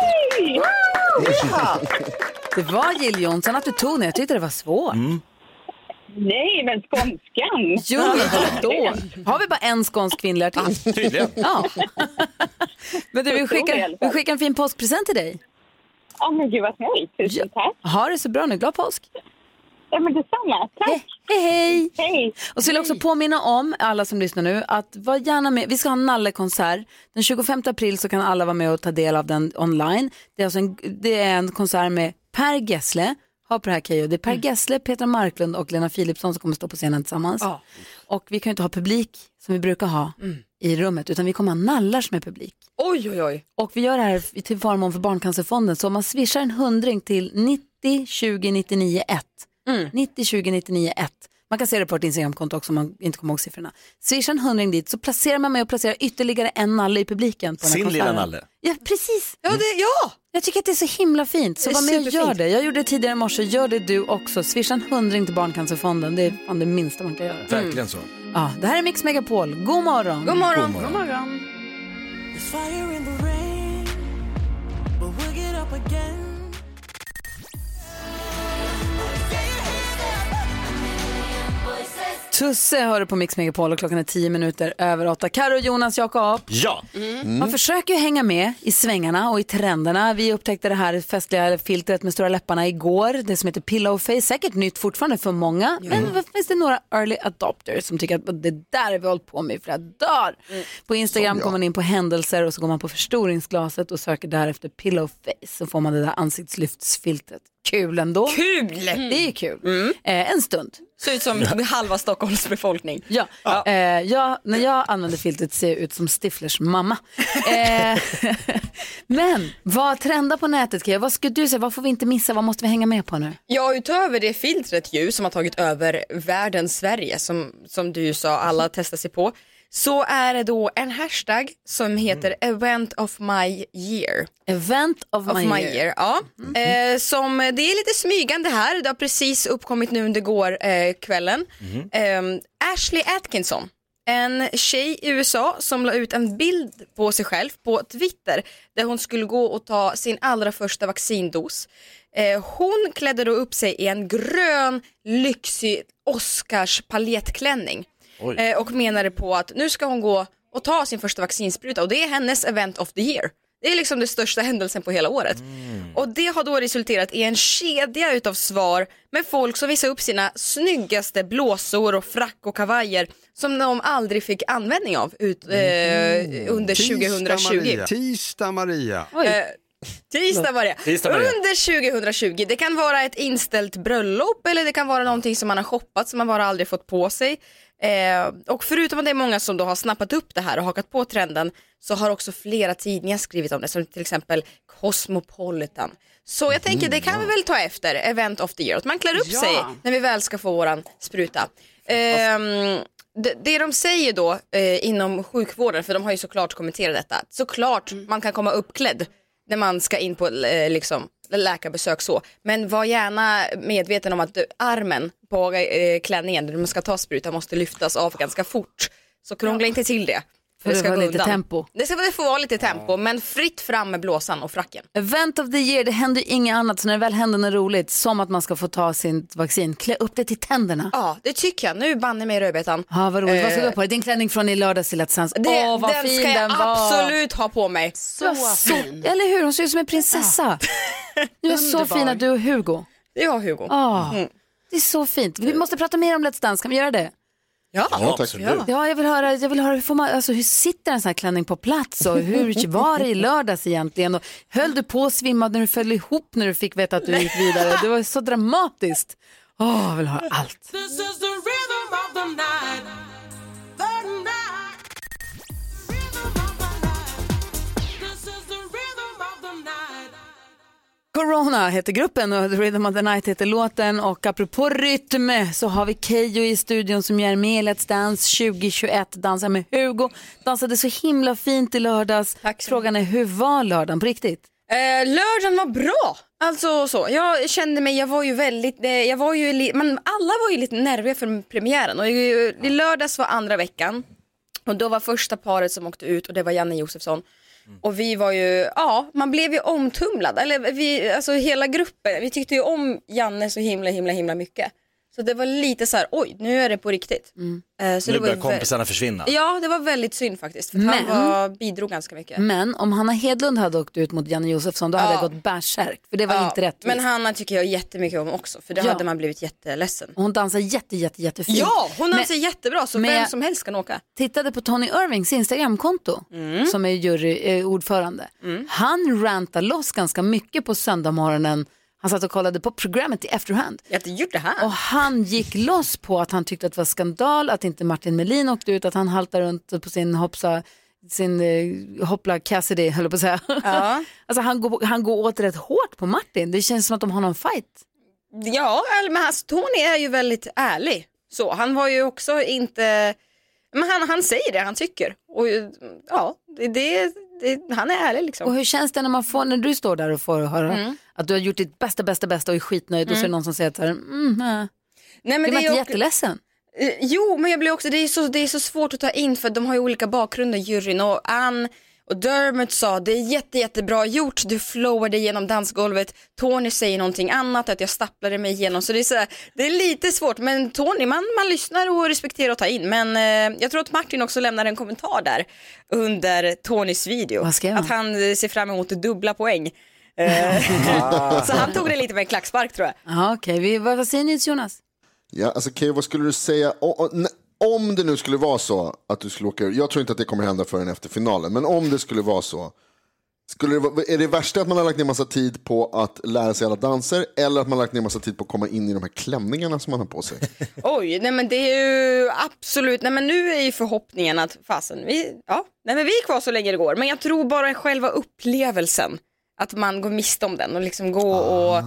Ja. Det var Jill Johnson att du tog när jag tyckte det var svårt. Nej, men skånskan. Jo, då. Har vi bara en skånsk kvinnlig artist? Tydligen. Ja. Men du, vi skickar en fin påskpresent till dig. Ja, men gud vad snällt. Tusen tack. Ha det så bra nu. Glad påsk. Ja, men detsamma. Tack. Hej. Och så vill jag också påminna om alla som lyssnar nu att var gärna med. Vi ska ha en Nalle-konsert. Den 25 april så kan alla vara med och ta del av den online. Det är, alltså det är en konsert med Per Gessle. Ha på det här, Keyyo. Det är Per Gessle, Petra Marklund och Lena Philipsson som kommer stå på scenen tillsammans. Och vi kan ju inte ha publik som vi brukar ha i rummet, utan vi kommer ha nallar som är publik. Oj. Och vi gör det här till förmån för Barncancerfonden. Så om man swishar en 100 till 90 20 99 1 90 20 99 1, Man kan se det på ett Instagramkonto också om man inte kommer ihåg siffrorna. Swisha en 100 dit så placerar man mig och placerar ytterligare en nalle i publiken. På Sin lilla nalle. Ja, precis. Ja. Jag tycker att det är så himla fint. Så var med och gör det. Jag gjorde det tidigare i morse. Gör det du också. Swisha en 100 till Barncancerfonden. Det är fan det minsta man kan göra. Verkligen så. Ja, det här är Mix Megapol. God morgon. God morgon. There's fire in the rain, but we'll get up again. Tusse hör du på Mix Megapol och klockan är 10 minuter över 8. Karo, Jonas, Jakob. Ja. Man försöker ju hänga med i svängarna och i trenderna. Vi upptäckte det här festliga filtret med stora läpparna igår. Det som heter pillow face. Säkert nytt fortfarande för många. Men finns det några early adopters som tycker att det där är vi hållit på med i flera dagar. På Instagram går man in på händelser och så går man på förstoringsglaset och söker därefter pillow face. Så får man det där ansiktslyftsfiltret. Kul ändå. Kul! Det är kul. En stund. Ser ut som halva Stockholms befolkning. Ja. När jag använder filtret ser jag ut som Stiflers mamma. Men vad trendar på nätet, Kia? Vad skulle du säga? Vad får vi inte missa? Vad måste vi hänga med på nu? Ja, utöver det filtret ju som har tagit över världen Sverige som du sa alla testar sig på, så är det då en hashtag som heter Event of My Year. Event of my year. Ja. Som det är lite smygande här. Det har precis uppkommit nu under kvällen. Ashley Atkinson, en tjej i USA som la ut en bild på sig själv på Twitter där hon skulle gå och ta sin allra första vaccindos. Hon klädde då upp sig i en grön lyxig Oscars paljettklänning. Och menade på att nu ska hon gå och ta sin första vaccinspruta och det är hennes event of the year. Det är liksom den största händelsen på hela året. Och det har då resulterat i en kedja utav svar med folk som visar upp sina snyggaste blåsor och frack och kavajer som de aldrig fick användning av under 2020. Tisdag Maria. Under 2020. Det kan vara ett inställt bröllop eller det kan vara någonting som man har shoppat som man bara aldrig fått på sig. Och förutom att det är många som då har snappat upp det här och hakat på trenden, så har också flera tidningar skrivit om det, som till exempel Cosmopolitan. Så jag tänker det kan vi väl ta efter Event of the Year, att man klär upp sig när vi väl ska få våran spruta. Det de säger då inom sjukvården, för de har ju såklart kommenterat detta, såklart man kan komma uppklädd när man ska in på liksom läkarbesök så. Men var gärna medveten om att armen på klänningen där man ska ta spruta måste lyftas av ganska fort. Så krångla inte till det. För det ska vara lite tempo. Det får vara lite tempo, men fritt fram med blåsan och fracken. Event of the year, det händer ju inget annat. Så när det väl händer något roligt, som att man ska få ta sin vaccin, klä upp det till tänderna. Ja, det tycker jag. Nu banne mig rödbetan. Ja, vad roligt. Vad ska du ha på dig? Din klänning från i lördags till Let's Dance. Vad den fin ska jag den var. absolut ha på mig. Så fin. Eller hur? Hon ser ut som en prinsessa. Du är så fina, du och Hugo. Ja, Hugo. Det är så fint. Vi måste prata mer om Let's Dance. Kan vi göra det? Ja, tack. Ja, jag vill höra hur sitter en sån här klänning på plats och hur var det i lördags egentligen? Och höll du på att svimma när du föll ihop när du fick veta att du gick vidare? Det var så dramatiskt. Jag vill höra allt. Corona heter gruppen och The Rhythm of the Night heter låten, och apropå rytm så har vi Keyyo i studion som gör med Let's Dance 2021, dansar med Hugo, dansade så himla fint i lördags. Frågan är, hur var lördagen på riktigt? Lördagen var bra. Alltså så, jag kände mig, men alla var ju lite nerviga för premiären, och i lördags var andra veckan och då var första paret som åkte ut och det var Janne Josefsson. Och vi var ju, man blev ju omtumlad. Eller alltså hela gruppen, vi tyckte ju om Janne så himla mycket. Så det var lite så här, oj, nu är det på riktigt. Så nu börjar kompisarna försvinna. Ja, det var väldigt synd faktiskt. För han bidrog ganska mycket. Men om Hanna Hedlund hade åkt ut mot Janne Josefsson, då hade jag gått bärsärk. För det var inte rätt. Men Hanna tycker jag jättemycket om också. För det hade man blivit jätteledsen. Hon dansar jättefint. Ja, hon dansar jättebra. Så vem som helst kan åka. Tittade på Tony Irvings Instagramkonto som är juryordförande. Han rantar loss ganska mycket på söndagmorgonen. Han satt och kollade på programmet i efterhand. Och han gick loss på att han tyckte att det var skandal att inte Martin Melin åkte ut, att han haltar runt på sin hoppla Cassidy, höll på att säga. Ja. Alltså han går åt rätt hårt på Martin. Det känns som att de har någon fight. Ja, men Tony är ju väldigt ärlig. Så han var ju också inte, men han säger det han tycker. Och ja, han är ärlig liksom. Och hur känns det när du står där och får höra att du har gjort ditt bästa och är skitnöjd och så är det någon som säger att nej, men det är inte jätteledsen. Jo, men jag blir också, det är så svårt att ta in för de har ju olika bakgrunder, juryn, och Ann och Dermot sa det är jättebra gjort, du flowade genom dansgolvet. Tony säger någonting annat, att jag stapplade mig igenom, så det är sådär, det är lite svårt, men Tony, man lyssnar och respekterar och tar in. Men jag tror att Martin också lämnade en kommentar där under Tonys video, att han ser fram emot dubbla poäng. Så han tog det lite med en klackspark, tror jag. Okej. Vad säger ni, Jonas? Ja, alltså Kay, vad skulle du säga om det nu skulle vara så att du skulle åka ur? Jag tror inte att det kommer hända förrän efter finalen, men om det skulle vara så, är det värsta att man har lagt ner massa tid på att lära sig alla danser, eller att man har lagt ner massa tid på att komma in i de här klänningarna som man har på sig? Oj, nej men det är ju absolut, nej men nu är ju förhoppningen att vi är kvar så länge det går, men jag tror bara själva upplevelsen, att man går miste om den och liksom gå och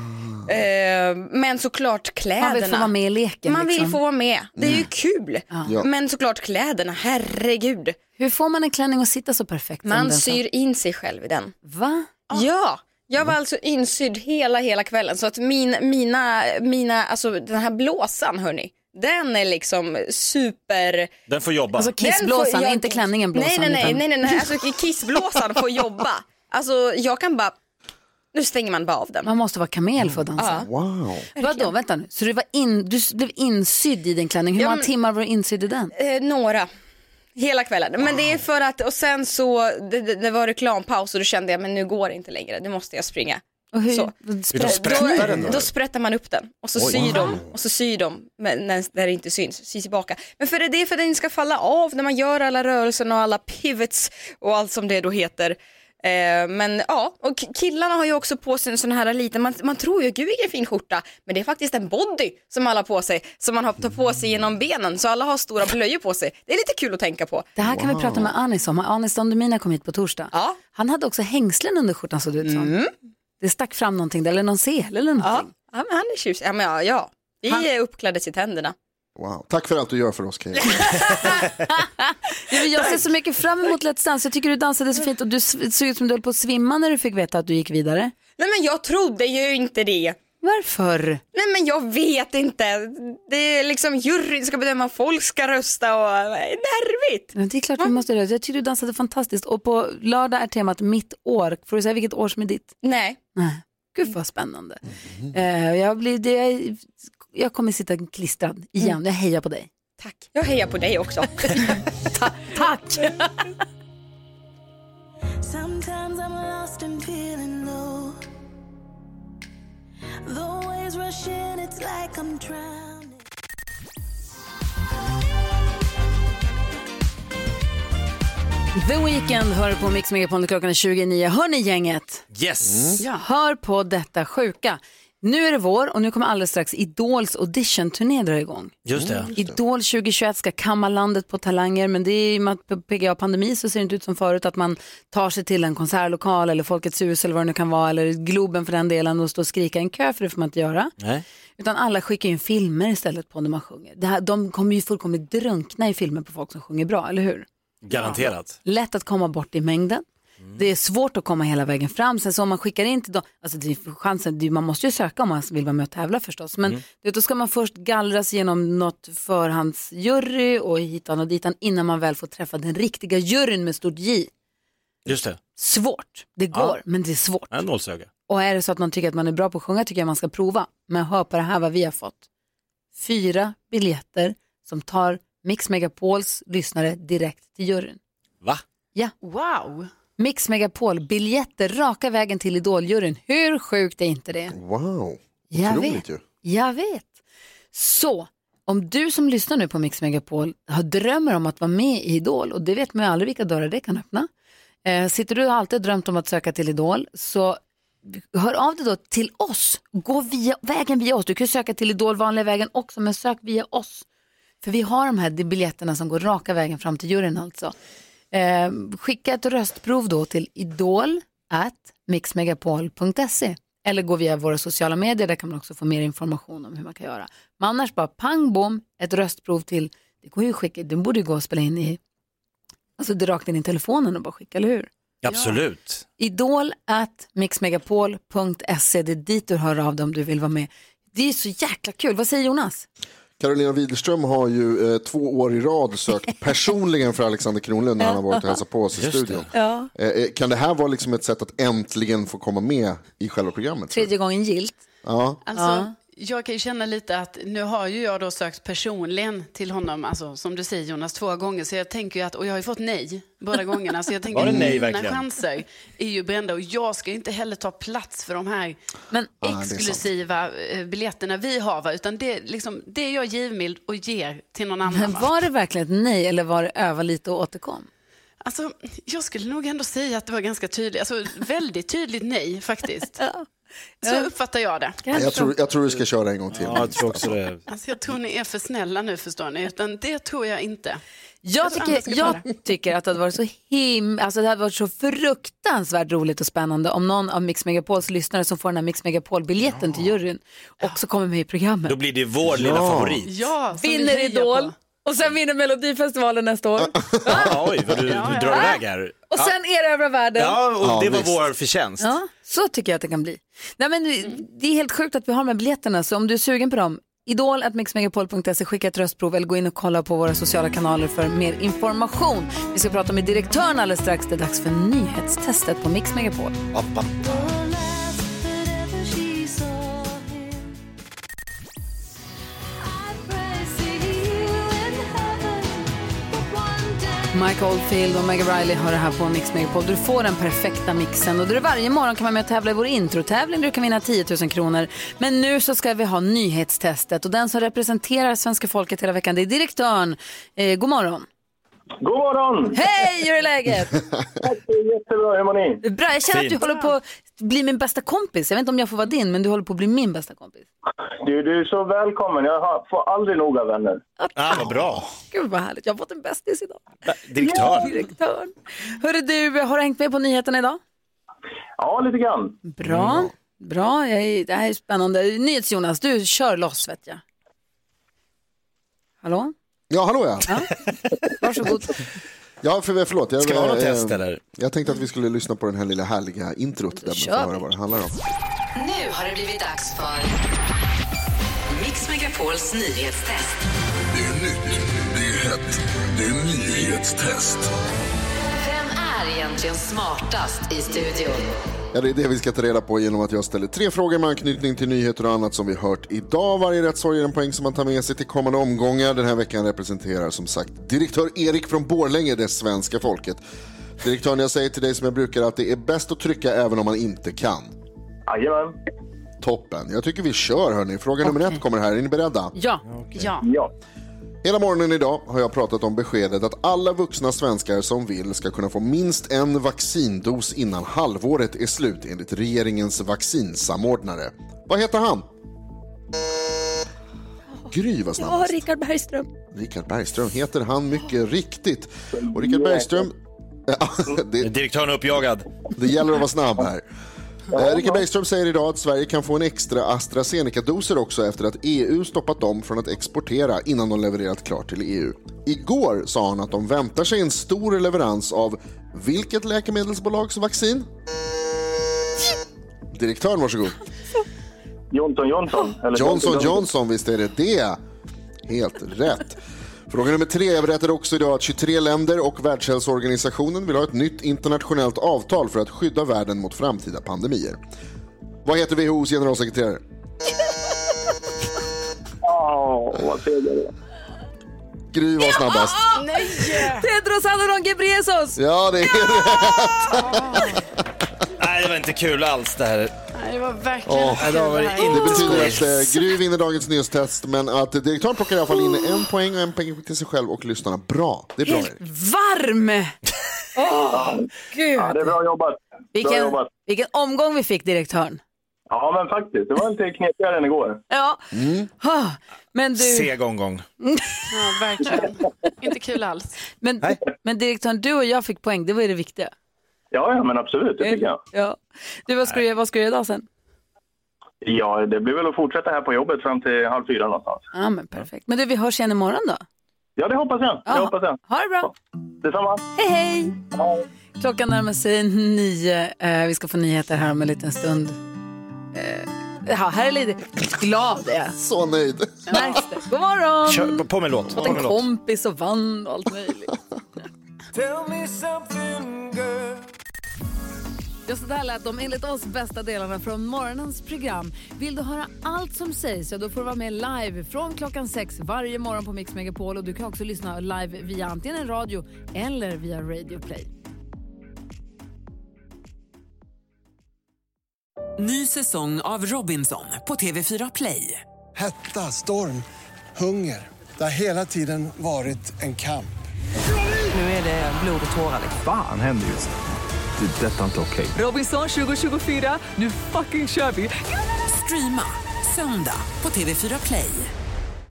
men såklart kläderna. Man vill få vara med i leken. Man vill få vara med. Det är ju kul. Ja. Men såklart kläderna, herregud. Hur får man en klänning att sitta så perfekt? Man syr in sig själv i den. Va? Ja. Jag var alltså insydd hela kvällen, så att mina alltså den här blåsan, hörni, den är liksom super. Den får jobba. Alltså kissblåsan, inte klänningen blåsan. Nej. Alltså kissblåsan får jobba. Alltså jag kan bara, nu stänger man bara av den. Man måste vara kamel för att dansa. Wow. Vadå, vänta nu. Så du blev insydd i din klänning. Hur många timmar var du insydd i den? Några. Hela kvällen. Men det är för att, och sen så det var reklampaus och då kände jag, men nu går det inte längre. Nu måste jag springa. Och hur? Så. Då sprättar man upp den och så syr de när det inte syns tillbaka. Men för det är för att den ska falla av när man gör alla rörelser och alla pivots och allt som det då heter. Men ja, och killarna har ju också på sig en sån här liten, man tror ju, gud vilken fin skjorta, men det är faktiskt en body som alla har på sig, som man har tagit på sig genom benen, så alla har stora blöjor på sig. Det är lite kul att tänka på. Det här kan vi prata med Anis om. Anis Don kom hit på torsdag. Ja. Han hade också hängslen under skjortan, så det ut som. Det stack fram någonting där, eller någon sel eller någonting. Ja, men han är tjus. Ja. Vi är uppklädda till tänderna. Wow. Tack för allt du gör för oss, Kay. Jag ser så mycket fram emot Let's Dance. Jag tycker du dansade så fint och du såg ut som du höll på att svimma när du fick veta att du gick vidare. Nej, men jag trodde ju inte det. Varför? Nej, men jag vet inte. Det är liksom juryn ska bedöma, folk ska rösta och nervigt. Men det är klart vi måste göra. Jag tycker du dansade fantastiskt. Och på lördag är temat mitt år. Får du säga vilket år som är ditt? Nej. Gud vad spännande. Jag kommer sitta klistrad igen. Jag hejar på dig. Tack. Jag hejar på dig också. Tack. Sometimes I'm lost and feeling low. The waves rush in, it's like I'm drowning. The Weeknd hör på Mix Megapol, klockan är 29. Hör ni gänget? Yes. Ja, hör på detta sjuka. Nu är det vår och nu kommer alldeles strax Idols audition-turné dra igång. Just det. Idol 2021 ska kamma landet på talanger, men det är ju med PGA-pandemi så ser det inte ut som förut att man tar sig till en konsertlokal eller Folkets hus eller vad det nu kan vara, eller Globen för den delen, och står och skrika en kö, för det får man inte göra. Nej. Utan alla skickar in filmer istället på när man sjunger. De kommer ju fullkomligt drunkna i filmer på folk som sjunger bra, eller hur? Garanterat. Ja. Lätt att komma bort i mängden. Det är svårt att komma hela vägen fram. Sen så om man skickar in till dem, alltså det är chansen, man måste ju söka om man vill vara med och tävla förstås. Men då ska man först gallras genom något förhandsjury och hitan och ditan innan man väl får träffa den riktiga juryn med stort J. Just det. Svårt. Det går, men det är svårt. En nålsöga. Och är det så att man tycker att man är bra på att sjunga, tycker jag man ska prova. Men hör på det här vad vi har fått. 4 biljetter som tar Mix Megapols lyssnare direkt till juryn. Va? Ja. Wow. Mix Megapol, biljetter raka vägen till Idoljuryn. Hur sjukt är inte det? Wow. Jag vet. Så, om du som lyssnar nu på Mix Megapol har drömmer om att vara med i Idol, och det vet man ju aldrig vilka dörrar det kan öppna. Sitter du och alltid drömt om att söka till Idol, så hör av dig då till oss. Gå vägen via oss. Du kan söka till Idol vanliga vägen också, men sök via oss. För vi har de här biljetterna som går raka vägen fram till juryn alltså. Skicka ett röstprov då till idol@mixmegapol.se eller gå via våra sociala medier. Där kan man också få mer information om hur man kan göra. Men annars bara pang bom, ett röstprov till. Det går ju skicka, du borde ju gå och spela in i, alltså det rakt in i telefonen och bara skicka, eller hur? Absolut. Ja. idol@mixmegapol.se, det är dit du hör av dig om du vill vara med. Det är så jäkla kul. Vad säger Jonas? Carolina Widerström har ju 2 år i rad sökt personligen för Alexander Kronlund när han har varit och hälsat på oss i studion. Ja. Kan det här vara liksom ett sätt att äntligen få komma med i själva programmet? 3:e gången gilt. Ja. Alltså, jag kan ju känna lite att nu har ju jag då sökt personligen till honom, alltså som du säger Jonas, 2 gånger. Så jag tänker ju att, och jag har ju fått nej båda gångerna. Så jag tänker att mina chanser är ju brända. Och jag ska ju inte heller ta plats för de här exklusiva biljetterna vi har. Va? Utan det, liksom, det är jag givmild och ger till någon annan. Men var det verkligen ett nej eller var det öva lite och återkom? Alltså, jag skulle nog ändå säga att det var ganska tydligt. Alltså, väldigt tydligt nej faktiskt. Så uppfattar jag det. Jag tror vi ska köra en gång till. Ja, jag tror också det. Alltså, jag tror ni är för snälla nu, förstår ni. Utan det tror jag inte. Jag tycker att det hade varit så alltså det hade varit så fruktansvärt roligt och spännande om någon av Mix Megapols lyssnare som får den här Mix Megapol-biljetten till juryn också kommer med i programmet. Då blir det vår lilla favorit. Ja, vinner Idol. Och sen vinner Melodifestivalen nästa år. Oj, vad du drar iväg här. Och sen är det över världen. Ja, och det var vår förtjänst. Ja, så tycker jag att det kan bli. Nej, men det är helt sjukt att vi har de här biljetterna. Så om du är sugen på dem, idol@mixmegapol.se, skicka ett röstprov eller gå in och kolla på våra sociala kanaler för mer information. Vi ska prata med direktören alldeles strax. Det är dags för nyhetstestet på Mix Megapol. Mike Oldfield och Meg Riley har det här på Mix Megapol. Du får den perfekta mixen. Och det är varje morgon kan man med och tävla i vår introtävling. Du kan vinna 10 000 kronor. Men nu så ska vi ha nyhetstestet. Och den som representerar svenska folket hela veckan, det är direktören. God morgon. God morgon! Hej, hur är läget? Tack, det är jättebra. Hur mår ni? Bra, jag känner att du håller på att bli min bästa kompis. Jag vet inte om jag får vara din, men du håller på att bli min bästa kompis. Du är så välkommen. Jag får aldrig nog av vänner. Vad bra. Gud vad härligt. Jag har fått en bästis idag. Direktörn. Hörru du, har du hängt med på nyheterna idag? Ja, lite grann. Bra. Det här är spännande. NyhetsJonas, du kör loss, vet jag. Hallå? Ja, hallå ja. Varsågod. Ja, förlåt. Ska vi ha något test eller? Jag tänkte att vi skulle lyssna på den här lilla härliga introt där man får höra vad det handlar om. Nu har det blivit dags för Mix Megapols nyhetstest. Det är nytt, det är hett, det är nyhetstest. Vem är egentligen smartast i studion? Ja, det är det vi ska ta reda på genom att jag ställer 3 frågor med anknytning till nyheter och annat som vi hört idag. Varje rätt svar ger en poäng som man tar med sig till kommande omgångar. Den här veckan representerar som sagt direktör Erik från Borlänge, det svenska folket. Direktören, jag säger till dig som jag brukar att det är bäst att trycka även om man inte kan. Jajamän. Toppen. Jag tycker vi kör, hörni. Fråga nummer 1 kommer här. Är ni beredda? Ja. Okay. Ja. Hela morgonen idag har jag pratat om beskedet att alla vuxna svenskar som vill ska kunna få minst en vaccindos innan halvåret är slut enligt regeringens vaccinsamordnare. Vad heter han? Gry var snabbast. Ja, Rickard Bergström. Rickard Bergström heter han mycket riktigt. Och Rickard Bergström... Direktören är uppjagad. Det gäller att vara snabb här. Rickard Bergström säger idag att Sverige kan få en extra AstraZeneca-doser också efter att EU stoppat dem från att exportera innan de levererat klart till EU. Igår sa han att de väntar sig en stor leverans av vilket läkemedelsbolags vaccin? Direktören, varsågod. Johnson, visst är det. Helt rätt. Fråga nummer 3. Jag berättade också idag att 23 länder och Världshälsoorganisationen vill ha ett nytt internationellt avtal för att skydda världen mot framtida pandemier. Vad heter WHO:s generalsekreterare? Vad säger det? Gry var snabbast. Nej! Tedros Adhanom Ghebreyesus! Ja, det är rätt. Nej, det var inte kul alls det här. Nej, det var verkligen det betyder att Gry vinner dagens nyhetstest, men att direktören plockar i alla fall in 1 poäng och 1 poäng till sig själv och lyssnarna. Bra, det är bra. Varm! Gud. Ja, det är bra jobbat. Vilken omgång vi fick, direktören. Ja, men faktiskt. Det var inte knepigare än igår. Ja. Men du... Seg omgång. Ja, verkligen. Inte kul alls. Men direktören, du och jag fick poäng. Det var ju det viktiga. Ja, men absolut, det tycker jag. Ja. Du, vad ska du göra idag sen? Ja, det blir väl att fortsätta här på jobbet fram till 3:30 någonstans. Ja, men perfekt. Men du, vi hörs igen imorgon då? Ja, det hoppas jag. Ja. Ha det bra. Detsamma. Hej, hej. Klockan närmar sig 9. Vi ska få nyheter här om en liten stund. Här är lite glad är. Så nöjd. Märks det. God morgon. Kör på med låt. Fått en kompis och vann och allt möjligt. Tell me something, girl. Just det här lät de enligt oss bästa delarna från morgonens program. Vill du höra allt som sägs så då får du vara med live från klockan 6 varje morgon på Mix Megapol. Och du kan också lyssna live via antingen en radio eller via Radio Play. Ny säsong av Robinson på TV4 Play. Hetta, storm, hunger. Det har hela tiden varit en kamp. Nu är det blod och tårar. Fan händer just det. Detta är inte okej. Robinson 2024, nu fucking kör vi. Streama söndag på TV4 Play.